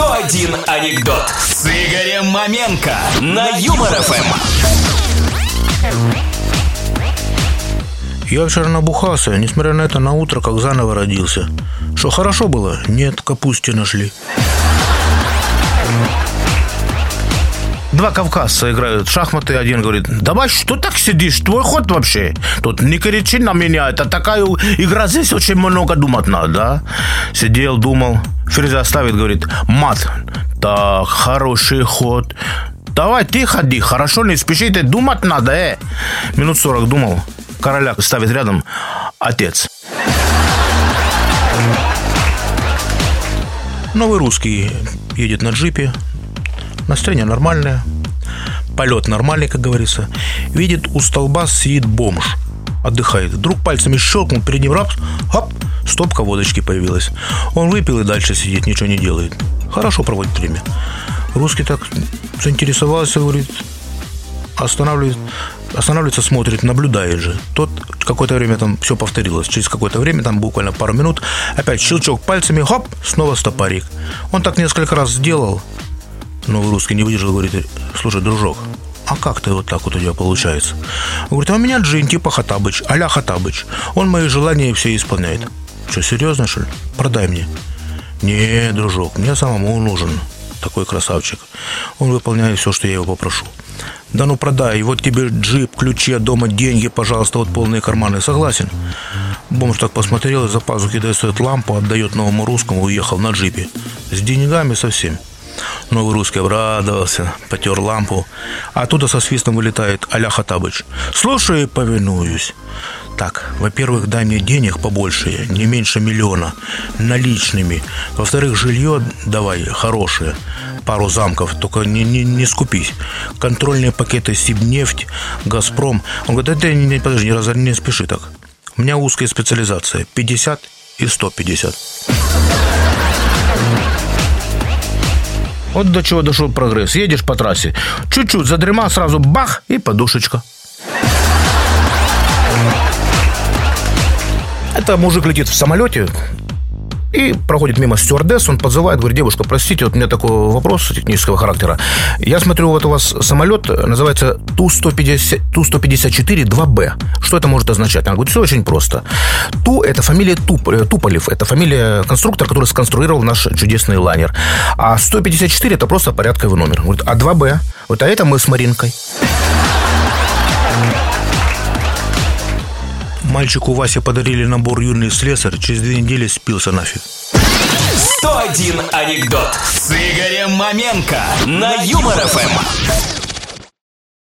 101 анекдот с Игорем Маменко на Юмор ФМ. Я вчера набухался, несмотря на это, на утро как заново родился. Что, хорошо было? Нет, капусте нашли. Два кавказца играют в шахматы. Один говорит: давай, что так сидишь? Твой ход вообще. Тут не кричи на меня. Это такая игра, здесь очень много думать надо, да? Сидел, думал. Ферзя ставит, говорит: мат. Так, хороший ход. Давай, ты ходи, хорошо, не спеши, ты думать надо, Минут 40 думал. Короля ставит рядом. Отец. Новый русский едет на джипе. Настроение нормальное. Полет нормальный, как говорится. Видит, у столба сидит бомж. Отдыхает. Вдруг пальцами щелкнул, перед ним рапс. Хоп, стопка водочки появилась. Он выпил и дальше сидит, ничего не делает. Хорошо проводит время. Русский так заинтересовался, говорит, останавливается, смотрит, наблюдает же. Тот какое-то время там все повторилось. Через какое-то время, там буквально пару минут, опять щелчок пальцами, хоп, снова стопорик. Он так несколько раз сделал. Новый русский не выдержал, говорит: слушай, дружок, а как ты вот так вот у тебя получается? Он говорит: а у меня джин типа Хаттабыч, а-ля Хаттабыч. Он мои желания все исполняет. Что, серьезно, что ли? Продай мне. Не, дружок, мне самому нужен такой красавчик. Он выполняет все, что я его попрошу. Да ну продай, вот тебе джип, ключи от дома, деньги, пожалуйста, вот полные карманы. Согласен? Бомж так посмотрел, из-за пазухи достает лампу, отдает новому русскому, уехал на джипе. С деньгами совсем. Новый русский обрадовался, потер лампу. А оттуда со свистом вылетает а-ля Хаттабыч. Слушай, повинуюсь. Так, во-первых, дай мне денег побольше, не меньше 1 миллиона, наличными. Во-вторых, жилье давай хорошее, пару замков, только не скупись. Контрольные пакеты Сибнефть, Газпром. Он говорит: да подожди, не спеши так. У меня узкая специализация, 50 и 150. Вот до чего дошел прогресс. Едешь по трассе, чуть-чуть задремал, сразу бах, и подушечка. Это мужик летит в самолете и проходит мимо стюардесс. Он подзывает, говорит: девушка, простите, вот у меня такой вопрос технического характера. Я смотрю, вот у вас самолет называется Ту-154-2Б. Что это может означать? Она говорит: все очень просто. Ту – это фамилия Туполев. Это фамилия конструктора, который сконструировал наш чудесный лайнер. А 154 – это просто порядковый номер. Говорит: а 2Б? Вот, а это мы с Маринкой. Мальчику Васе подарили набор «Юный слесарь». Через 2 недели спился нафиг. 101 анекдот с Игорем Маменко на Юмор ФМ.